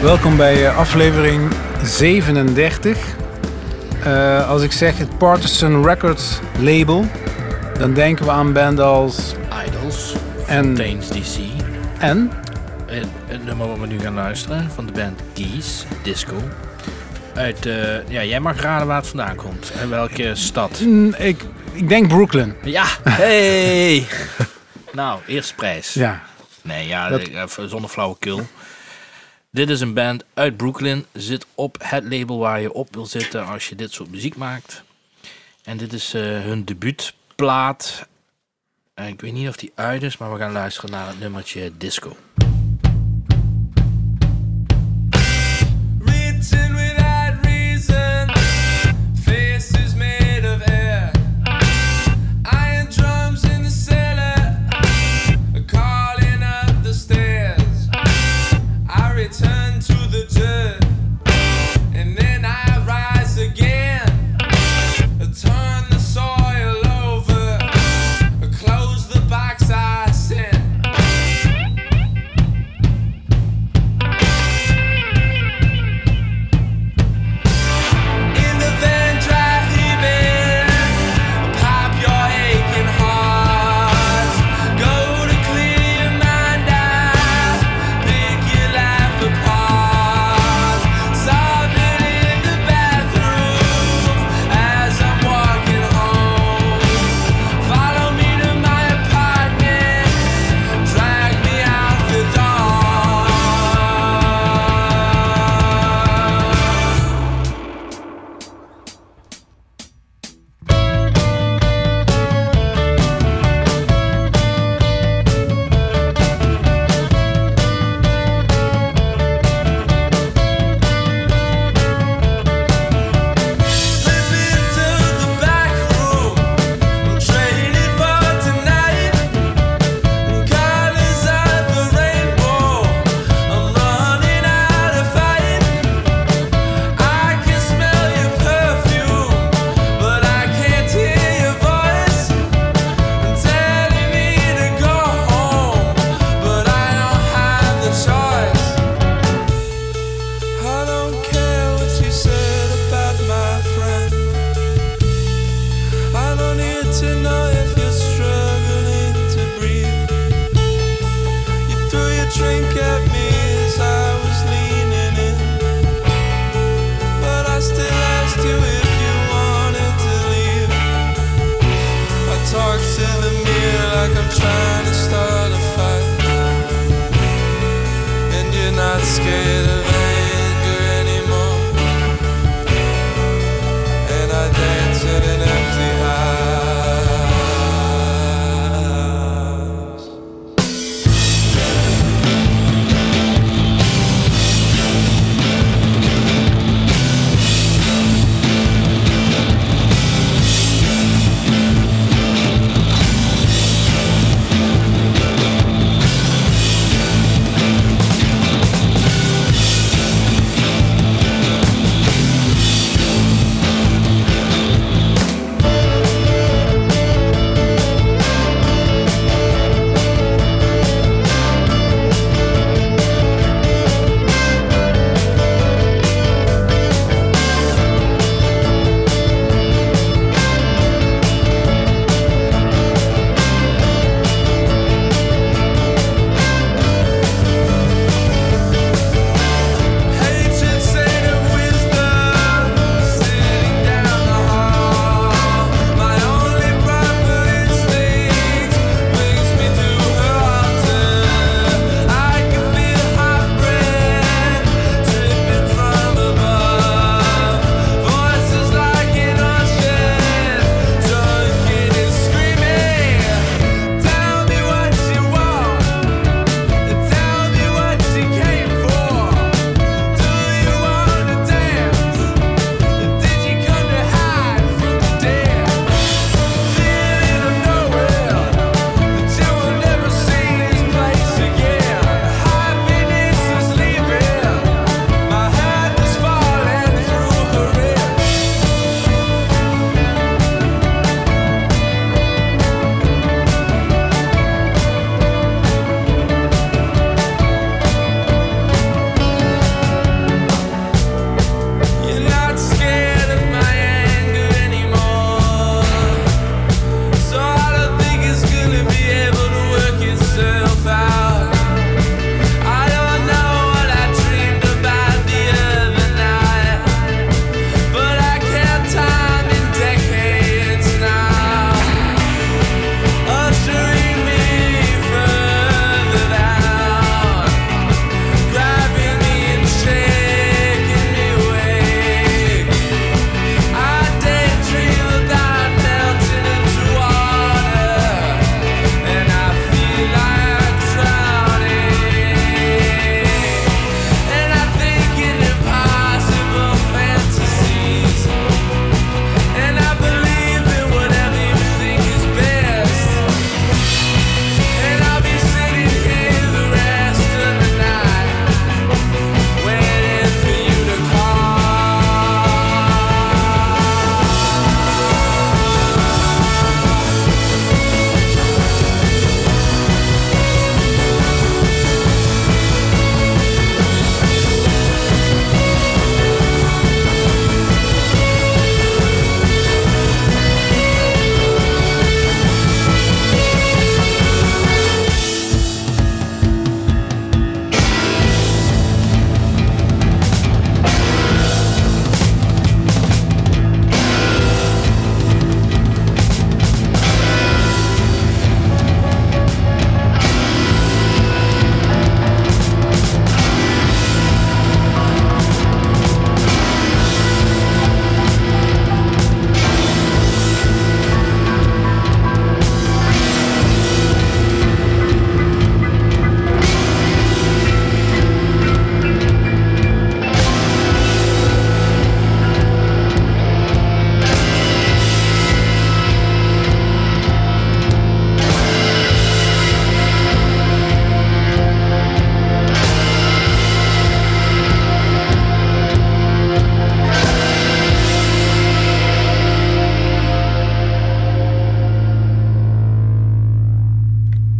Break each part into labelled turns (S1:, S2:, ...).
S1: Welkom bij aflevering 37. Als ik zeg het Partisan Records label, dan denken we aan banden als
S2: Idols,
S1: en
S2: Fontaines DC.
S1: En
S2: Het nummer wat we nu gaan luisteren van de band Geese, Disco. Uit, jij mag raden waar het vandaan komt. En welke stad?
S1: Ik denk Brooklyn.
S2: Ja, hey! Nou, eerste prijs.
S1: Ja.
S2: Nee, ja, zonder flauwekul. Dit is een band uit Brooklyn. Zit op het label waar je op wil zitten als je dit soort muziek maakt. En dit is hun debuutplaat. Ik weet niet of die uit is, maar we gaan luisteren naar het nummertje Disco.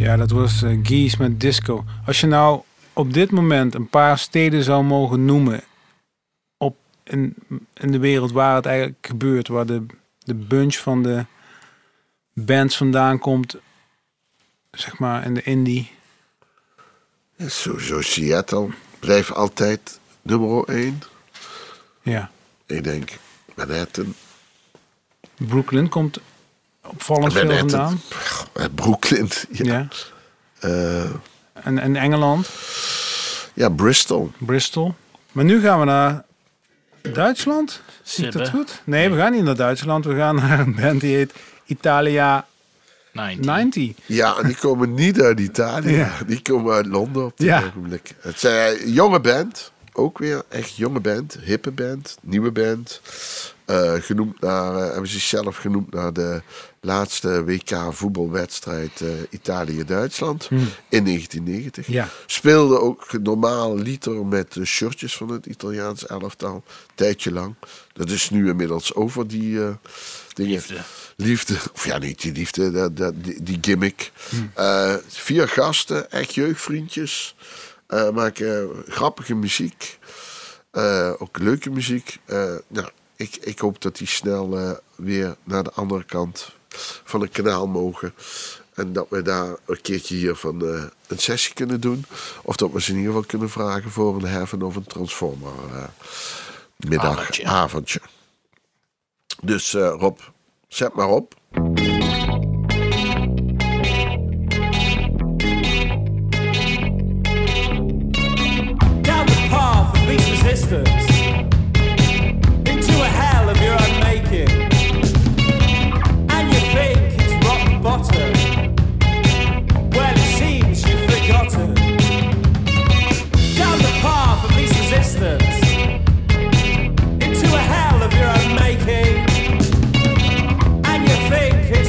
S1: Ja, dat was Geese met Disco. Als je nou op dit moment een paar steden zou mogen noemen in de wereld waar het eigenlijk gebeurt, waar de bunch van de bands vandaan komt, zeg maar in de indie.
S3: Ja, sowieso Seattle blijft altijd nummer 1.
S1: Ja.
S3: Ik denk Manhattan.
S1: Brooklyn komt opvallend veel vandaan.
S3: Brooklyn, ja.
S1: En Engeland.
S3: Ja, Bristol.
S1: Maar nu gaan we naar Duitsland. Zie ik dat goed? Nee, we gaan niet naar Duitsland. We gaan naar een band die heet Italia 90.
S3: Ja, en die komen niet uit Italië. Ja. Die komen uit Londen op dit ogenblik. Het zijn een jonge band. Ook weer echt jonge band. Hippe band. Nieuwe band. Hebben ze zichzelf genoemd naar de laatste WK voetbalwedstrijd Italië-Duitsland in 1990. Ja. Speelde ook normaal liter met de shirtjes van het Italiaans elftal. Tijdje lang. Dat is nu inmiddels over die dingen. Liefde. Of ja, niet die liefde. Die gimmick. 4 gasten. Echt jeugdvriendjes. Maken grappige muziek. Ook leuke muziek. Nou, ik hoop dat die snel weer naar de andere kant van het kanaal mogen. En dat we daar een keertje hiervan een sessie kunnen doen. Of dat we ze in ieder geval kunnen vragen voor een Heaven of een Transformer avondje. Dus Rob, zet maar op.
S4: Down the path of least resistance. Into a hell of your own making. And you think it's rock bottom. Well, it seems you've forgotten. Down the path of least resistance. Into a hell of your own making. And you think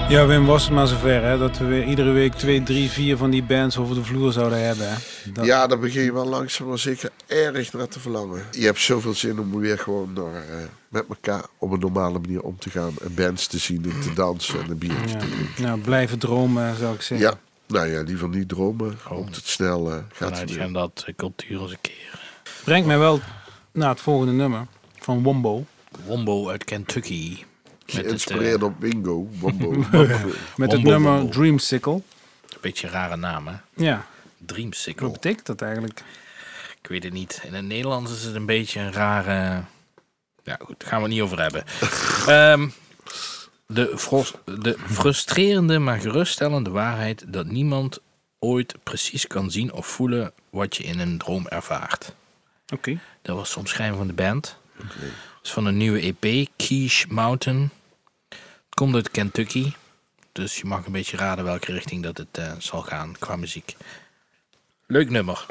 S1: Ja, Wim, was het maar zover, hè? Dat we weer iedere week 2, 3, 4 van die bands over de vloer zouden hebben. Hè?
S3: Ja, daar begin je wel langzaam maar zeker erg naar te verlangen. Je hebt zoveel zin om weer gewoon met elkaar op een normale manier om te gaan. En bands te zien en te dansen en een biertje te drinken.
S1: Nou, blijven dromen, zou ik zeggen.
S3: Ja, nou ja, liever niet dromen. Hoopt het snel gaat
S2: vanuit dat cultuur eens een keer.
S1: Brengt mij wel naar het volgende nummer van Wombo.
S2: Wombo uit Kentucky.
S3: Geïnspireerd op Wingo. Wombo.
S1: Met het nummer Dreamsicle.
S2: Een beetje een rare naam, hè?
S1: Ja.
S2: Dreamsicle.
S1: Wat betekent dat eigenlijk?
S2: Ik weet het niet. In het Nederlands is het een beetje een rare... Ja, goed, daar gaan we het niet over hebben. De frustrerende, maar geruststellende waarheid dat niemand ooit precies kan zien of voelen wat je in een droom ervaart.
S1: Oké.
S2: Dat was de omschrijving van de band. Dat is van een nieuwe EP, Quiche Mountain. Het komt uit Kentucky. Dus je mag een beetje raden welke richting dat het zal gaan qua muziek. Leuk nummer.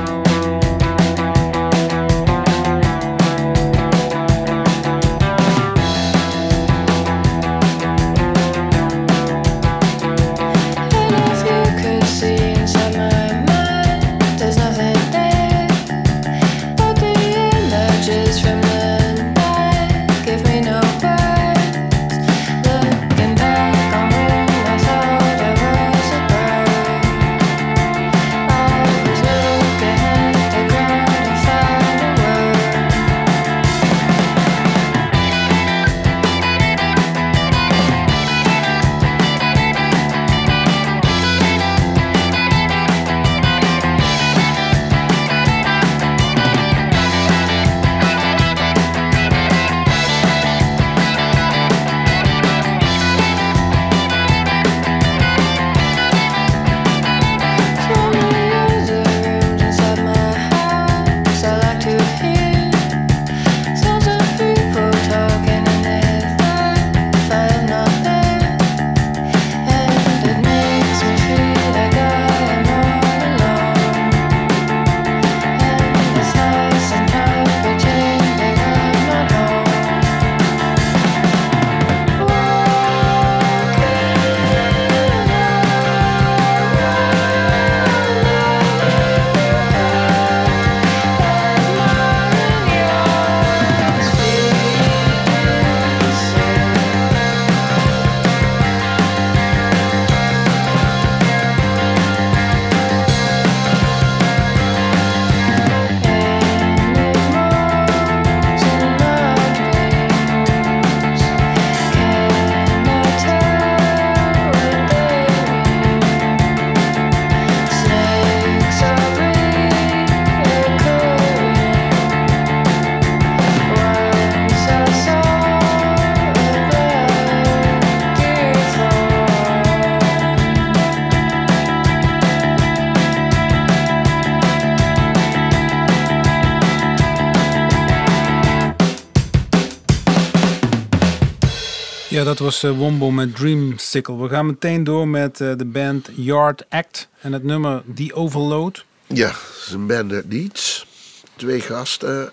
S1: Ja, dat was Wombo met Dreamsicle. We gaan meteen door met de band Yard Act en het nummer The Overload.
S3: Ja, het is een band uit Leeds. 2 gasten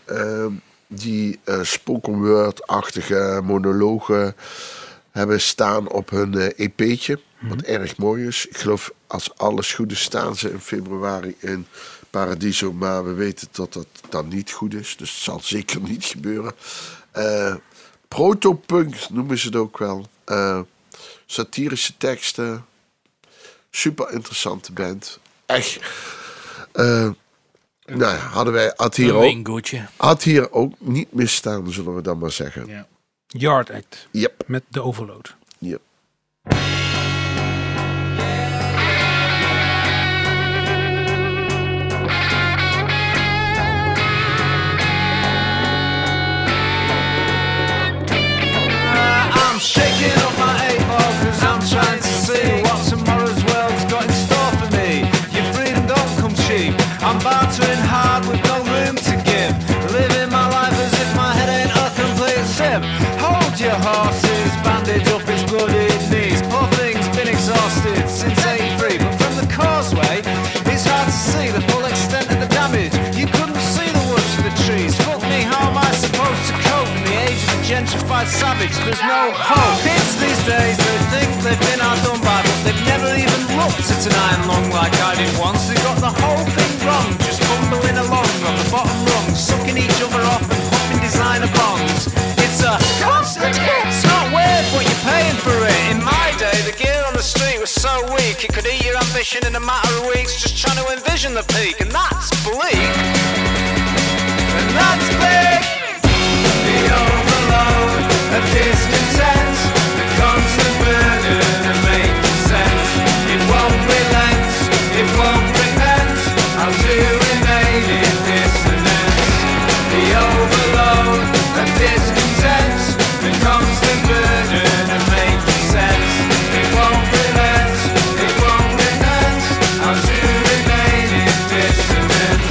S3: die spoken word-achtige monologen hebben staan op hun EP'tje. Wat erg mooi is. Ik geloof als alles goed is staan ze in februari in Paradiso. Maar we weten dat dat dan niet goed is. Dus het zal zeker niet gebeuren. Protopunk noemen ze het ook wel. Satirische teksten. Super interessante band. Echt. Nou, had hier ook niet misstaan, zullen we dan maar zeggen.
S2: Ja.
S1: Yard Act.
S3: Yep.
S1: Met The Overload.
S3: Yep.
S4: Shaking up my 8-ball cause I'm trying to see what tomorrow's world's got in store for me. Your freedom don't come cheap. I'm bartering hard with no room to give. Living my life as if my head ain't a complete sieve. Hold your horses, bandage up its bloody knees. Poor thing's been exhausted since 83. But from the causeway, it's hard to see the full extent of the damage. You couldn't see the woods for the trees. Fuck me, how am I supposed to cope in the age of the gentrified savage? There's no hope. It's these these days they think they've been outdone by, but they've never even looked at an iron lung like I did once. They got the whole thing wrong, just bumbling along on the bottom rung, sucking each other off and popping designer bonds. It's a constant hit. It's not worth what you're paying for it. In my day, the gear on the street was so weak it could eat your ambition in a matter of weeks. Just trying to envision the peak, and that's bleak. And that's big. The overload of discontent, the constant burden of making sense. It won't relent, it won't repent. How to remain in dissonance. The overload of discontent, the constant burden of making sense. It won't relent, it won't repent. How to remain in dissonance.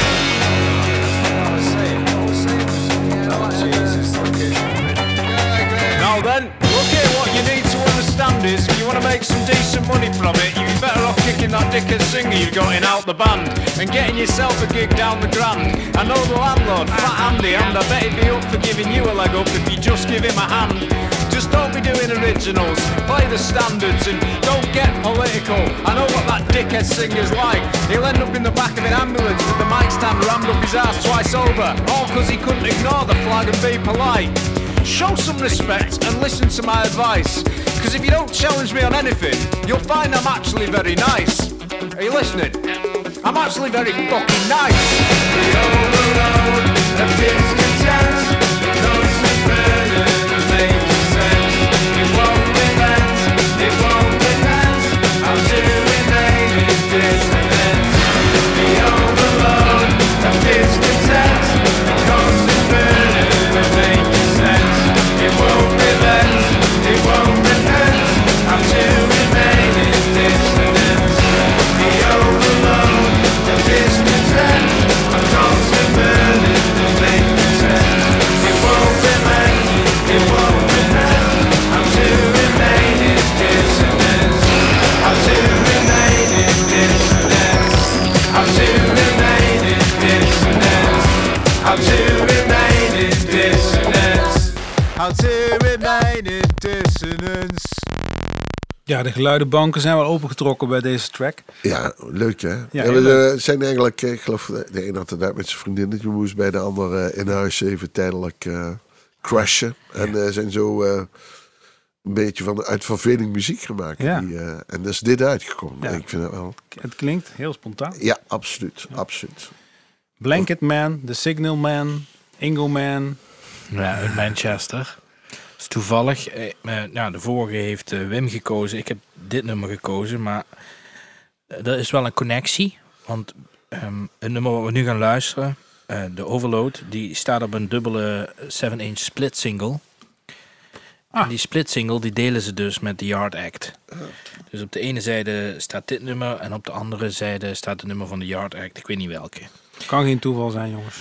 S4: Now then, look here, what you need to understand is if you want to make some decent money from it, you'd be better off kicking that dickhead singer you've got in out the band and getting yourself a gig down the Grand. I know the landlord, Fat Andy, and I bet he'd be up for giving you a leg up if you just give him a hand. Just don't be doing originals, play the standards and don't get political. I know what that dickhead singer's like. He'll end up in the back of an ambulance with the mic stand rammed up his ass twice over, all because he couldn't ignore the flag and be polite. Show some respect and listen to my advice, because if you don't challenge me on anything, you'll find I'm actually very nice. Are you listening? I'm actually very fucking nice. The overload of discontent, the constant burden of making sense. It won't relent, it won't repent. How to remain in dissonance. The overload of discontent, the constant burden of making sense. It won't relent, it won't repent. How to remain in dissonance. The overload of discontent, a constant burden of making sense. It won't relent, it won't repent. How to remain in dissonance. How to remain in dissonance. How to remain in dissonance. How to remain in dissonance. How to remain in dissonance.
S1: Ja, de geluidenbanken zijn wel opengetrokken bij deze track.
S3: Ja, leuk hè?
S1: Ja,
S3: we zijn eigenlijk, ik geloof, de een had het daar met zijn vriendinnetje moest, bij de ander in huis even tijdelijk crashen. En zijn zo een beetje uit verveling muziek gemaakt.
S1: Ja.
S3: En dus is dit uitgekomen.
S1: Ja.
S3: Ik vind het wel.
S1: Het klinkt heel spontaan.
S3: Ja, absoluut. Absoluut.
S1: Blanket Man, The Signal Man, Ingo Man.
S2: Ja, uit Manchester. Dat is toevallig. De vorige heeft Wim gekozen. Ik heb dit nummer gekozen, maar er is wel een connectie. Want het nummer wat we nu gaan luisteren, de Overload, die staat op een dubbele 7-inch split single. En die split single die delen ze dus met The Yard Act. Dus op de ene zijde staat dit nummer en op de andere zijde staat het nummer van The Yard Act. Ik weet niet welke.
S1: Kan geen toeval zijn, jongens.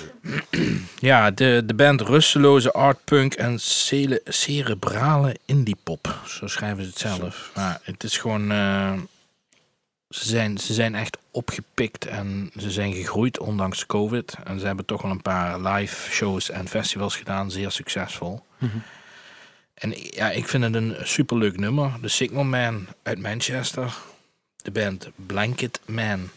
S2: Ja, de band rusteloze artpunk en cerebrale indiepop. Zo schrijven ze het zelf. Maar het is gewoon... Ze zijn echt opgepikt en ze zijn gegroeid ondanks COVID. En ze hebben toch wel een paar live shows en festivals gedaan. Zeer succesvol. Mm-hmm. En ja, ik vind het een superleuk nummer. The Signal Man uit Manchester. De band Blanket Man.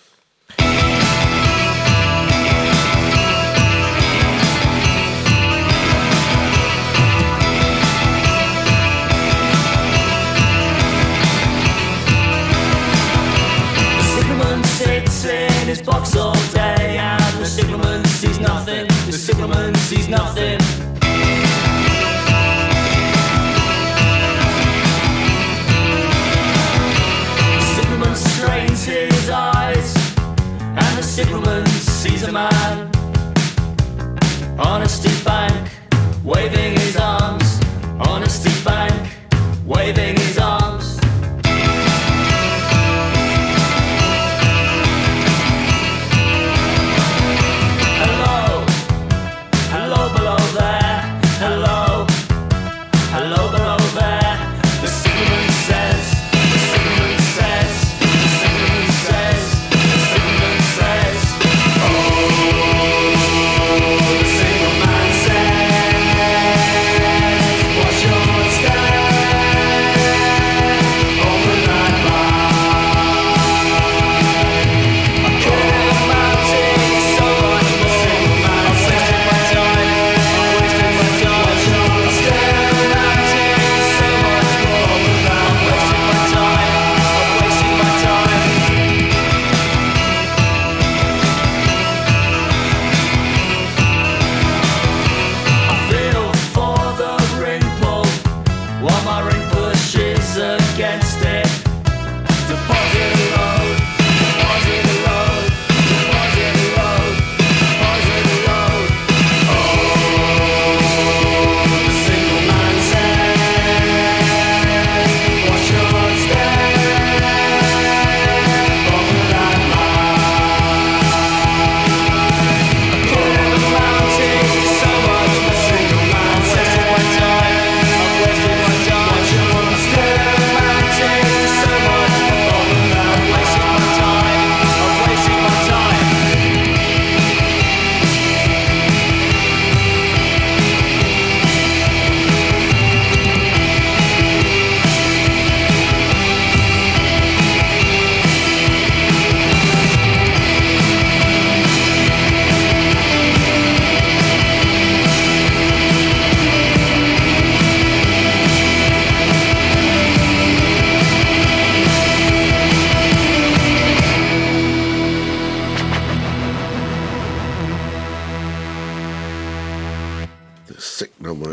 S4: In his box all day, and the signalman sees nothing. The signalman sees nothing. The signalman strains his eyes, and the signalman sees a man.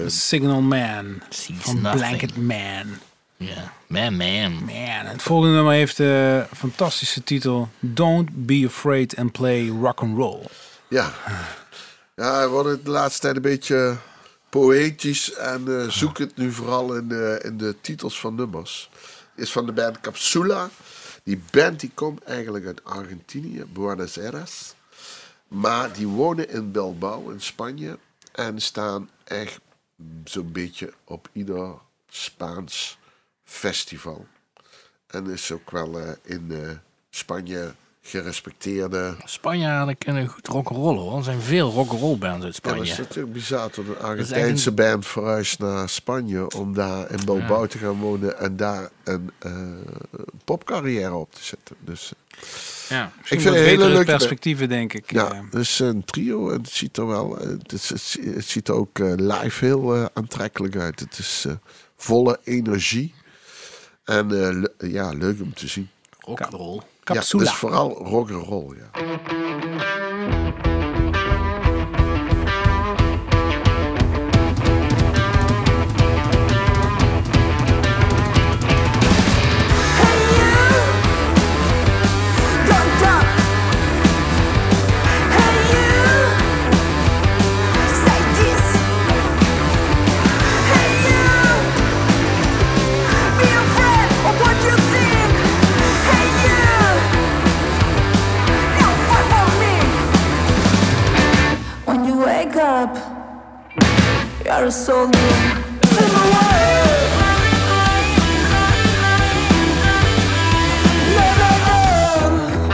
S1: Signal Man.
S2: Sees
S1: Van
S2: nothing.
S1: Blanket Man.
S2: Ja, man.
S1: Het volgende nummer heeft de fantastische titel Don't Be Afraid and Play Rock and Roll.
S3: Ja, we worden de laatste tijd een beetje poëtisch en zoek het nu vooral in de titels van nummers. Is van de band Capsula. Die band die komt eigenlijk uit Argentinië, Buenos Aires. Maar die wonen in Bilbao in Spanje en staan echt zo'n beetje op ieder Spaans festival. En is ook wel in Spanje gerespecteerde...
S2: Spanjaarden kunnen goed rock'n'rollen, hoor. Er zijn veel rock'n'roll bands uit
S3: Ja,
S2: Spanje.
S3: dat is natuurlijk bizar dat een Argentijnse band verhuist naar Spanje om daar in Bilbao te gaan wonen en daar een popcarrière op te zetten. Dus
S1: Ja,
S3: ik vind het hele leuke
S1: perspectieven, denk ik.
S3: Ja, dus een trio. Het ziet er wel. Het ziet er ook live heel aantrekkelijk uit. Het is volle energie en leuk om te zien.
S2: Rock'n'roll.
S1: Capsula.
S3: Ja, dus vooral rock'n'roll. Ja.
S5: You're a soldier in the world. No.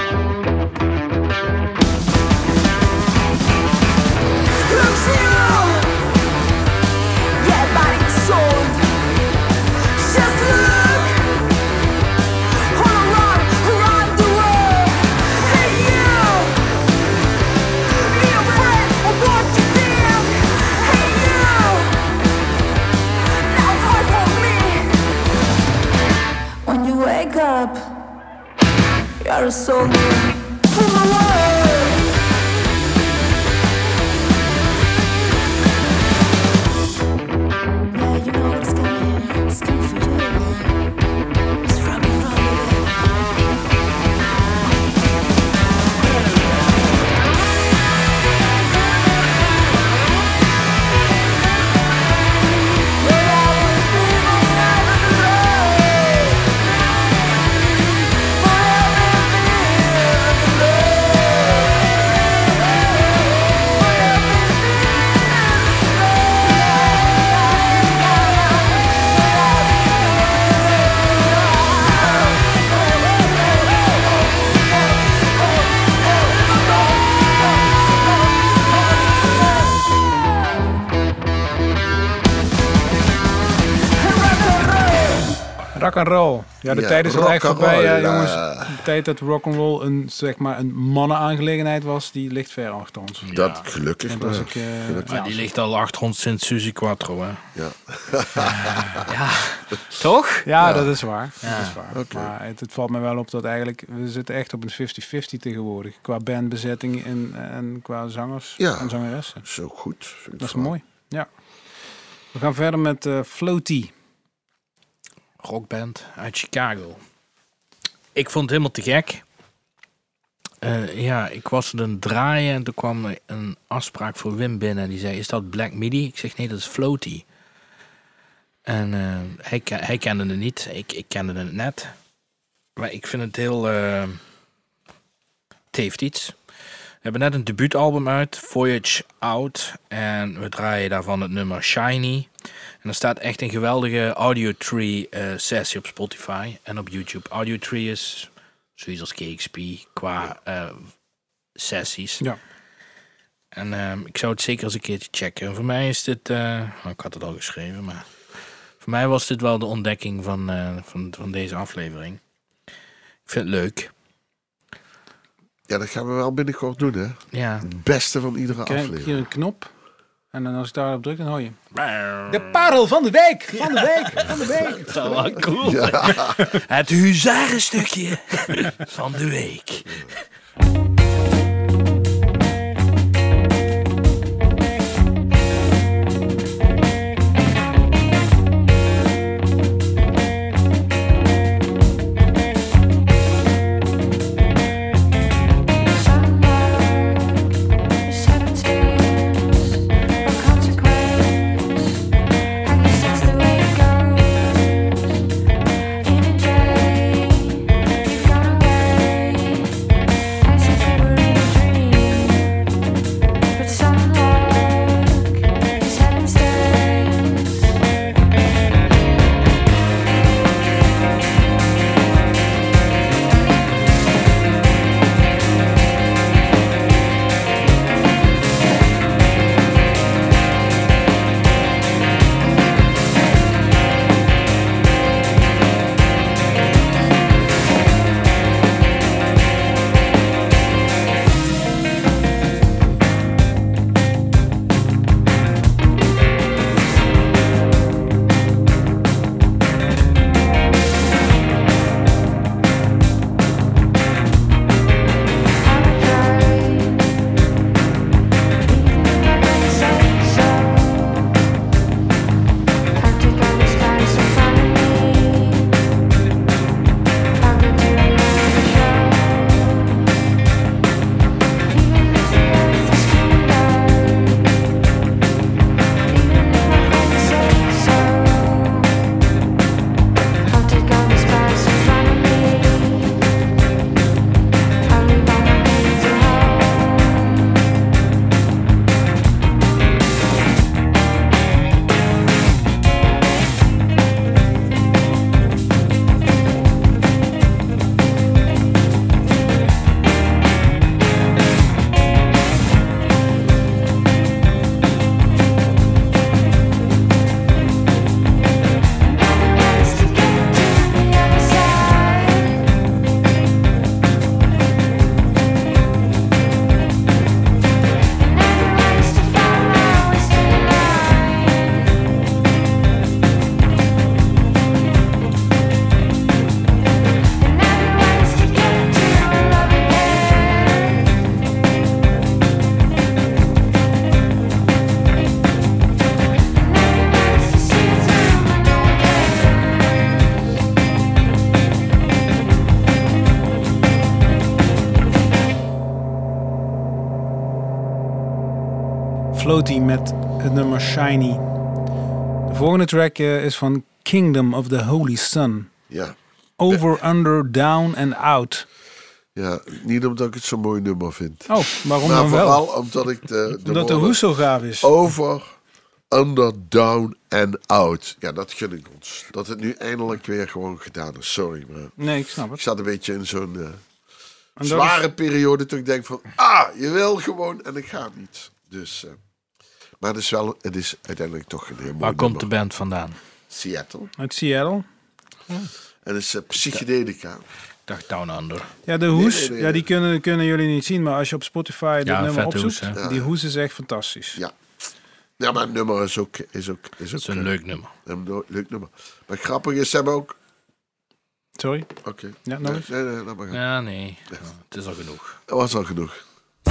S5: Look, zero. Yeah, body and soul. Just look. All around the world. Hey, you. Be afraid of what you think. Hey, you. Now fight for me. When you wake up, you're a soldier for the world. Yeah, you know what's coming. It's coming for you. It's rock and roll,
S1: Rock and roll. Ja, de
S3: Ja,
S1: tijd is al echt voorbij,
S3: rock'n'roll,
S1: jongens. De tijd dat rock'n'roll een mannenaangelegenheid was, die ligt ver achter ons.
S3: Dat gelukkig
S1: En
S3: maar.
S1: dat is ook,
S2: Maar die ligt al achter ons sinds Suzy Quattro, hè?
S3: Ja.
S2: Ja, toch?
S1: Ja, dat is waar.
S2: Ja.
S1: Dat is waar.
S3: Oké.
S1: Maar het valt me wel op dat eigenlijk... We zitten echt op een 50-50 tegenwoordig. Qua bandbezetting en qua zangers
S3: Ja.
S1: en zangeressen.
S3: Zo goed. Vind ik
S1: Dat is
S3: wel.
S1: mooi. Ja. We gaan verder met Floaty.
S2: Rockband uit Chicago. Ik vond het helemaal te gek. Ik was er aan het draaien en toen kwam er een afspraak voor Wim binnen. En die zei, is dat Black Midi? Ik zeg, nee, dat is Floaty. En hij kende het niet. Ik kende het net. Maar ik vind het heel... het heeft iets. We hebben net een debuutalbum uit, Voyage Out. En we draaien daarvan het nummer Shiny. En er staat echt een geweldige Audiotree sessie op Spotify en op YouTube. Audiotree is zoiets als KXP qua sessies.
S1: Ja.
S2: En ik zou het zeker eens een keertje checken. En voor mij is dit... ik had het al geschreven, maar... Voor mij was dit wel de ontdekking van deze aflevering. Ik vind het leuk.
S3: Ja, dat gaan we wel binnenkort doen, hè?
S2: Ja.
S3: Het beste van iedere
S1: Kijk
S3: aflevering.
S1: hier een knop. En dan als ik daarop druk, dan hoor je... De parel van de week! Van de week! Van de week!
S2: Dat is wel cool. Het huzarenstukje van de week.
S1: Floaty met het nummer Shiny. De volgende track is van Kingdom of the Holy Sun.
S3: Ja.
S1: Over, under, down and out.
S3: Ja, niet omdat ik het zo'n mooi nummer vind.
S1: Oh, waarom
S3: Maar
S1: dan wel?
S3: vooral omdat ik
S1: Omdat de hoes zo gaaf is.
S3: over, under, down and out. Ja, dat gun ik ons. Dat het nu eindelijk weer gewoon gedaan is. Sorry, maar
S1: Nee, ik snap
S3: ik
S1: het.
S3: zat een beetje in zo'n
S1: En dat
S3: zware periode toen ik denk van... je wil gewoon en ik ga niet. Dus, maar het is uiteindelijk toch een heel mooi
S2: Waar komt de
S3: nummer.
S2: band vandaan?
S3: Seattle.
S1: Uit Seattle.
S3: En het is psychedelica.
S2: Ik dacht Down Under.
S1: Ja, de hoes,
S3: nee.
S1: ja, die kunnen jullie niet zien. Maar als je op Spotify dit
S2: Ja,
S1: nummer
S2: vette
S1: opzoekt,
S2: hoes, hè?
S3: Ja.
S1: die hoes is echt fantastisch.
S3: Ja. Ja, maar het nummer is ook
S2: Dat is een
S3: een
S2: leuk nummer.
S3: leuk nummer. Maar grappig is, ze hebben ook...
S1: Sorry?
S3: Oké.
S1: Ja, nog eens?
S3: Nee, laat maar gaan.
S2: Ja, nee. Het is al genoeg.
S3: Dat was al genoeg.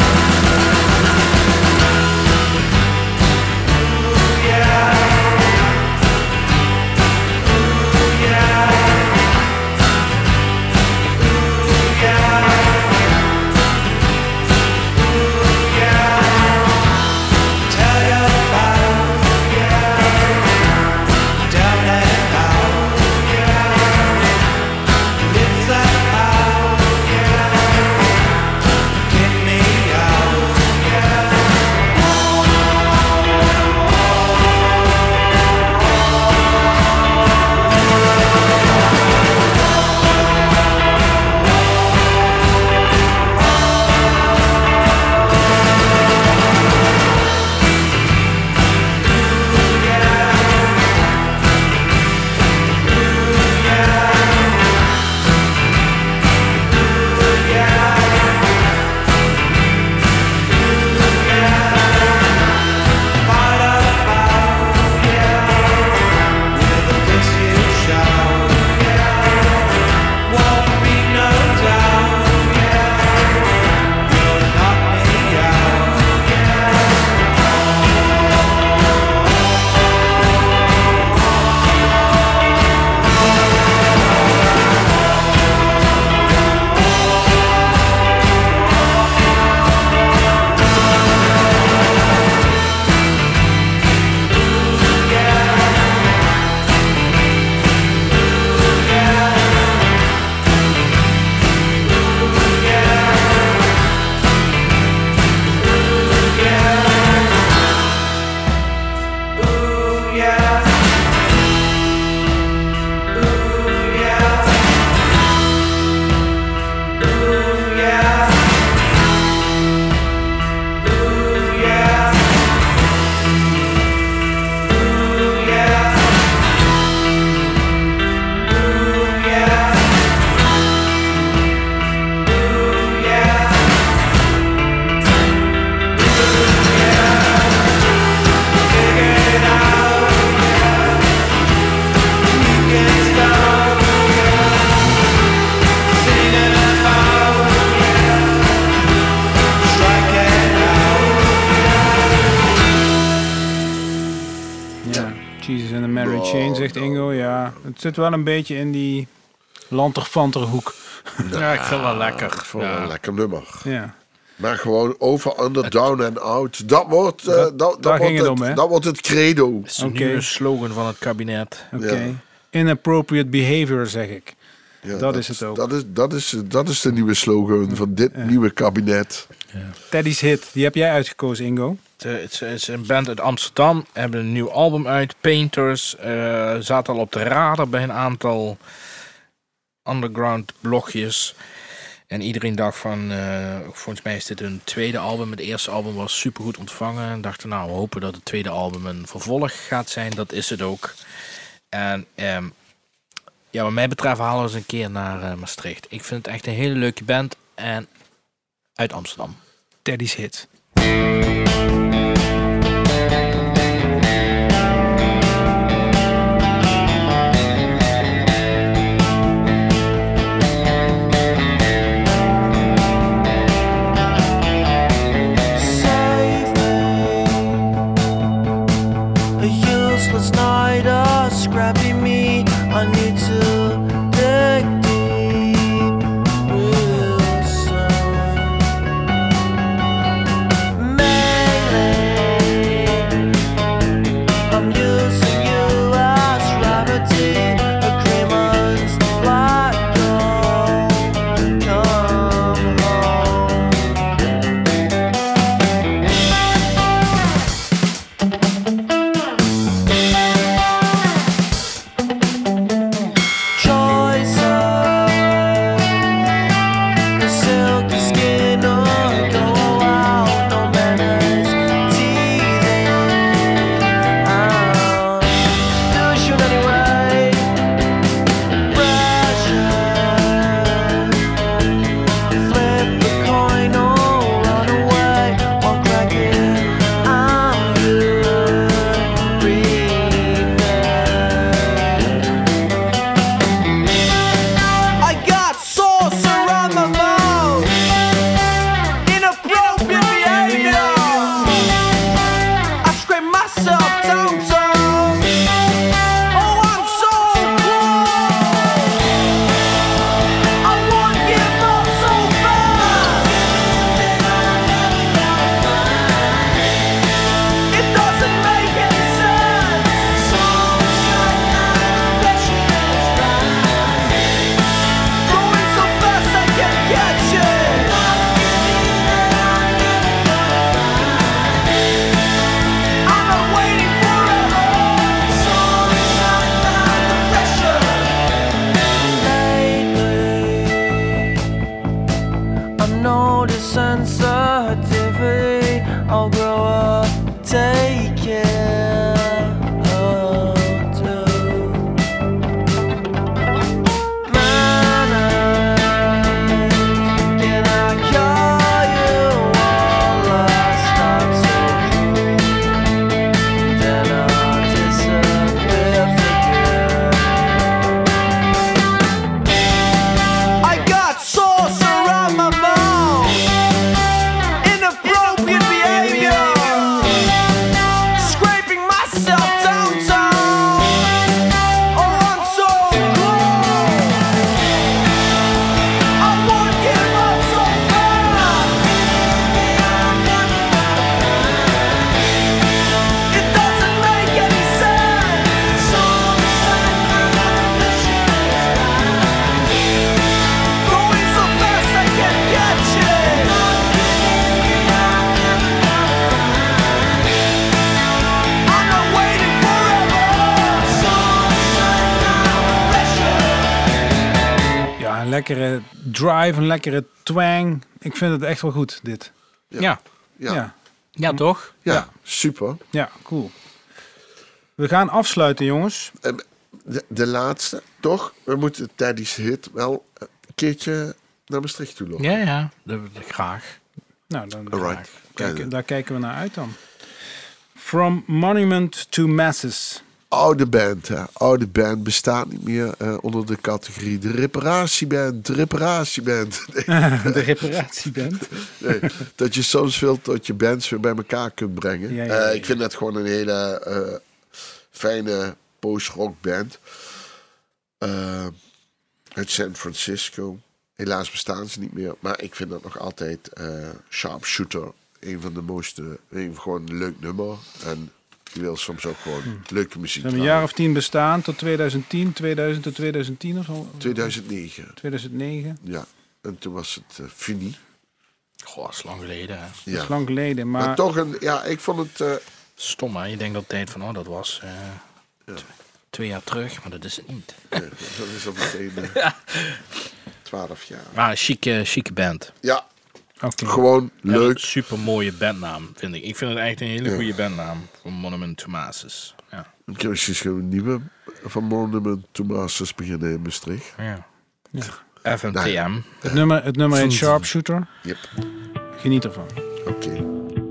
S1: Jesus and the Mary Chain, zegt Ingo. Ja, het zit wel een beetje in die lanterfantere hoek.
S2: Ja, ik vind het wel lekker.
S3: Ik vond het
S2: Ja.
S3: wel een lekker nummer.
S1: Ja.
S3: Maar gewoon over, under, down and out. Dat wordt,
S1: daar ging het om, hè?
S3: dat wordt het credo.
S2: Het is een
S1: Oké.
S2: nieuwe slogan van het kabinet.
S1: Oké.
S3: Ja.
S1: Inappropriate behavior, zeg ik.
S3: Ja,
S1: dat is het ook.
S3: Dat is de nieuwe slogan van dit nieuwe kabinet.
S1: Teddy's Hit, die heb jij uitgekozen, Ingo.
S2: Het is een band uit Amsterdam. Hebben een nieuw album uit. Painters. Zaten al op de radar bij een aantal underground blogjes. En iedereen dacht van... volgens mij is dit hun tweede album. Het eerste album was supergoed ontvangen. En dachten, nou, we hopen dat het tweede album een vervolg gaat zijn. Dat is het ook. En ja, wat mij betreft halen we ze een keer naar Maastricht. Ik vind het echt een hele leuke band. En uit Amsterdam.
S1: Teddy's Hit.
S5: Melee
S1: lekkere drive, een lekkere twang. Ik vind het echt wel goed, dit.
S2: Ja. Ja, toch?
S3: Ja, super.
S1: Ja, cool. We gaan afsluiten, jongens.
S3: De laatste, toch? We moeten tijdens de hit wel een keertje naar Maastricht toe lopen.
S2: Ja, graag.
S1: Nou, dan
S3: Alright.
S1: daar kijken we naar uit dan. From Monument to Masses.
S3: Oude band, hè. Oude band bestaat niet meer onder de categorie de reparatieband.
S1: De reparatieband.
S3: Nee, dat je soms veel tot je bands weer bij elkaar kunt brengen.
S1: Ja.
S3: Ik vind dat gewoon een hele fijne post-rock band. Uit San Francisco. Helaas bestaan ze niet meer. Maar ik vind dat nog altijd Sharpshooter. Een van de mooiste. Gewoon een leuk nummer. En je wil soms ook gewoon leuke muziek.
S1: Ze hebben een jaar of 10 bestaan tot 2010. 2000 tot 2010 of zo?
S3: 2009.
S1: 2009.
S3: Ja. En toen was het fini.
S2: Goh, dat is lang geleden. Hè.
S3: Ja.
S1: Dat is lang geleden. Maar
S3: toch ik vond het...
S2: Stom, hè? Je denkt altijd van, dat was 2 jaar terug. Maar dat is het niet.
S3: dat is al meteen 12 jaar.
S2: Maar chique band.
S3: Ja.
S1: oké.
S3: Gewoon leuk.
S2: Een super mooie bandnaam, vind ik. Ik vind het echt een hele goede bandnaam. Van Monument to Masses. Ja.
S3: Ik heb misschien een nieuwe van Monument to Masses beginnen in Maastricht.
S2: FMTM.
S1: Het nummer heet Sharpshooter.
S3: Yep.
S1: Geniet ervan.
S3: Oké.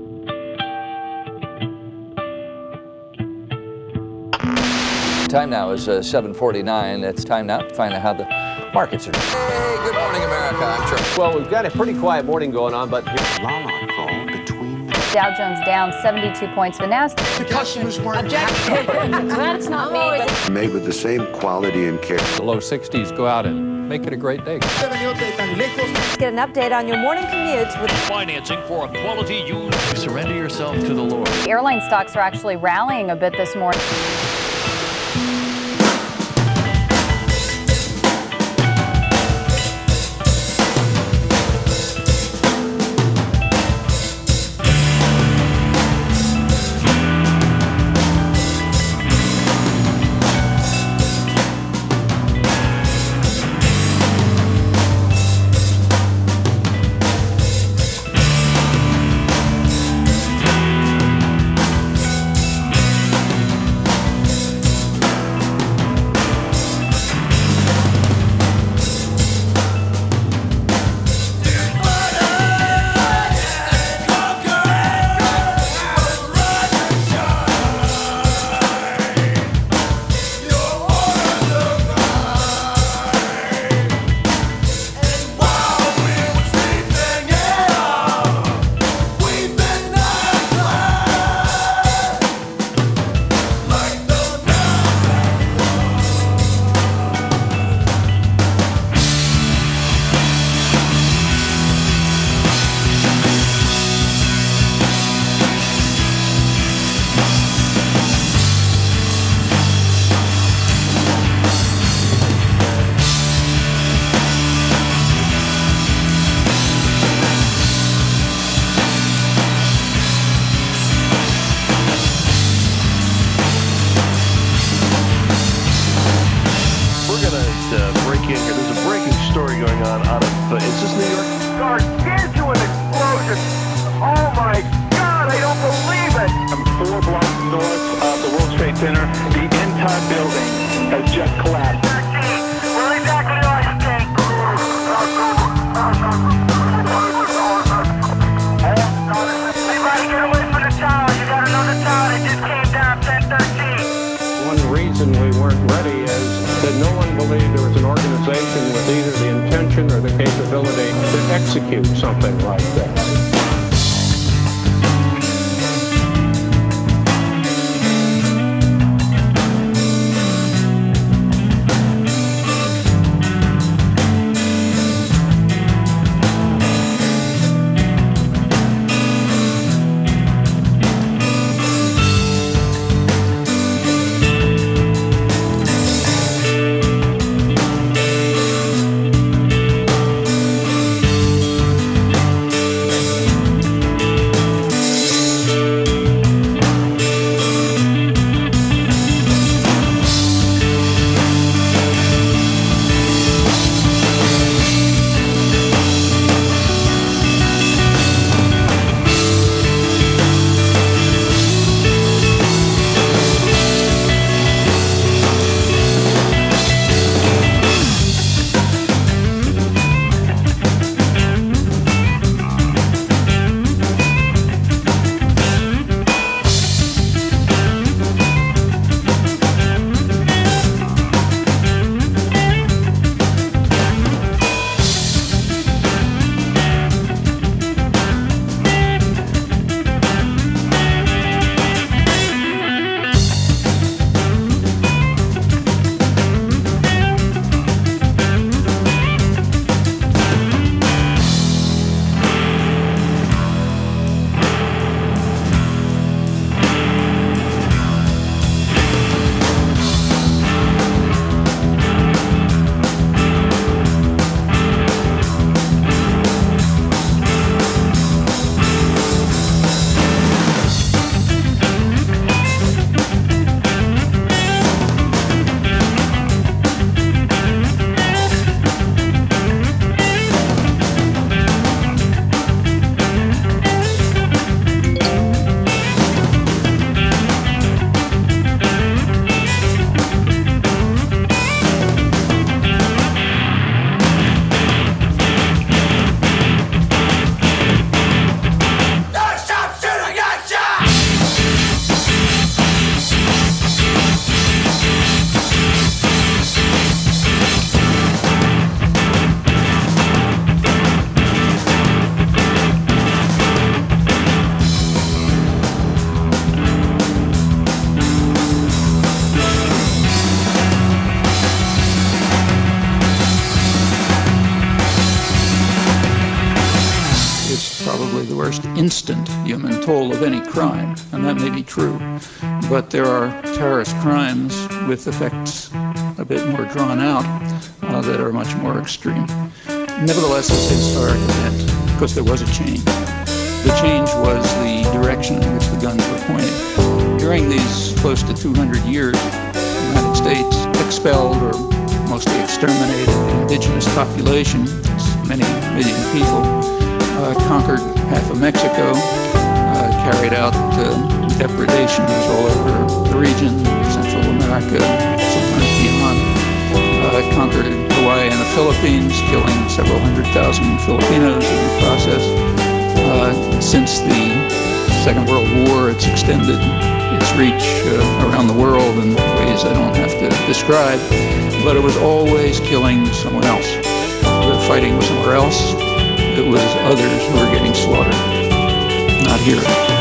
S6: Time now is 7:49. It's time now to find out how the markets are. Hey, good morning, America. I'm Charlie.
S7: Well, we've got a pretty quiet morning going on, but
S8: Lala call between the
S9: Dow Jones down 72 points. The Nasdaq.
S8: customers weren't
S9: That's not me. But
S8: made with the same quality and care.
S6: The low 60s. Go out and make it a great day.
S9: get an update on your morning commute with
S10: Financing for a quality use. Surrender yourself to the Lord.
S9: airline stocks are actually rallying a bit this morning.
S11: the worst instant human toll of any crime, and that may be true. But there are terrorist crimes with effects a bit more drawn out that are much more extreme. Nevertheless, it's a historic event because there was a change. The change was the direction in which the guns were pointed. During these close to 200 years, the United States expelled or mostly exterminated the indigenous population, many million people, conquered half of Mexico, carried out depredations all over the region, Central America, sometimes beyond, conquered Hawaii and the Philippines, killing several 100,000 Filipinos in the process. Since the Second World War, it's extended its reach around the world in ways I don't have to describe, but it was always killing someone else. The fighting was somewhere else. It was others who were getting slaughtered, not here.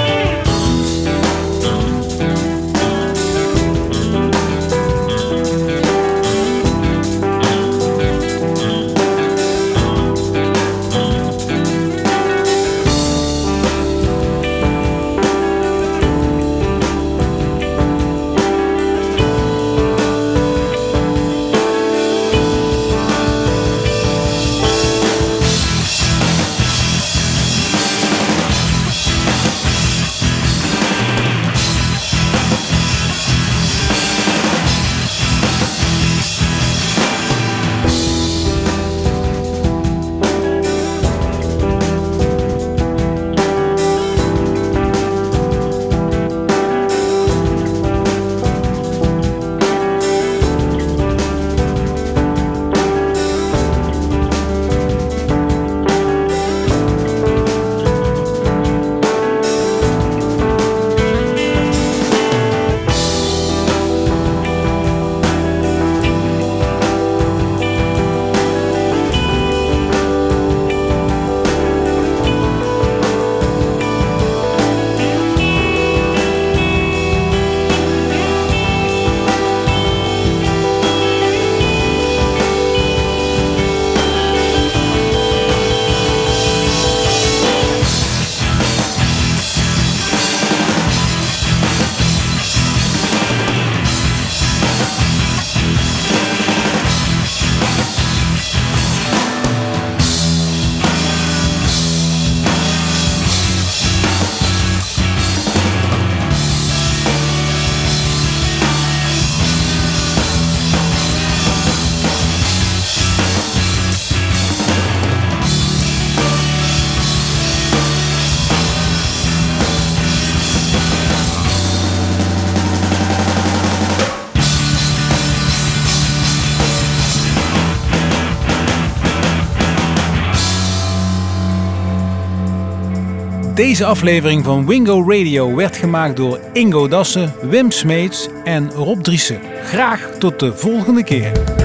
S1: Deze aflevering van Wingo Radio werd gemaakt door Ingo Dassen, Wim Smeets en Rob Driessen. Graag tot de volgende keer.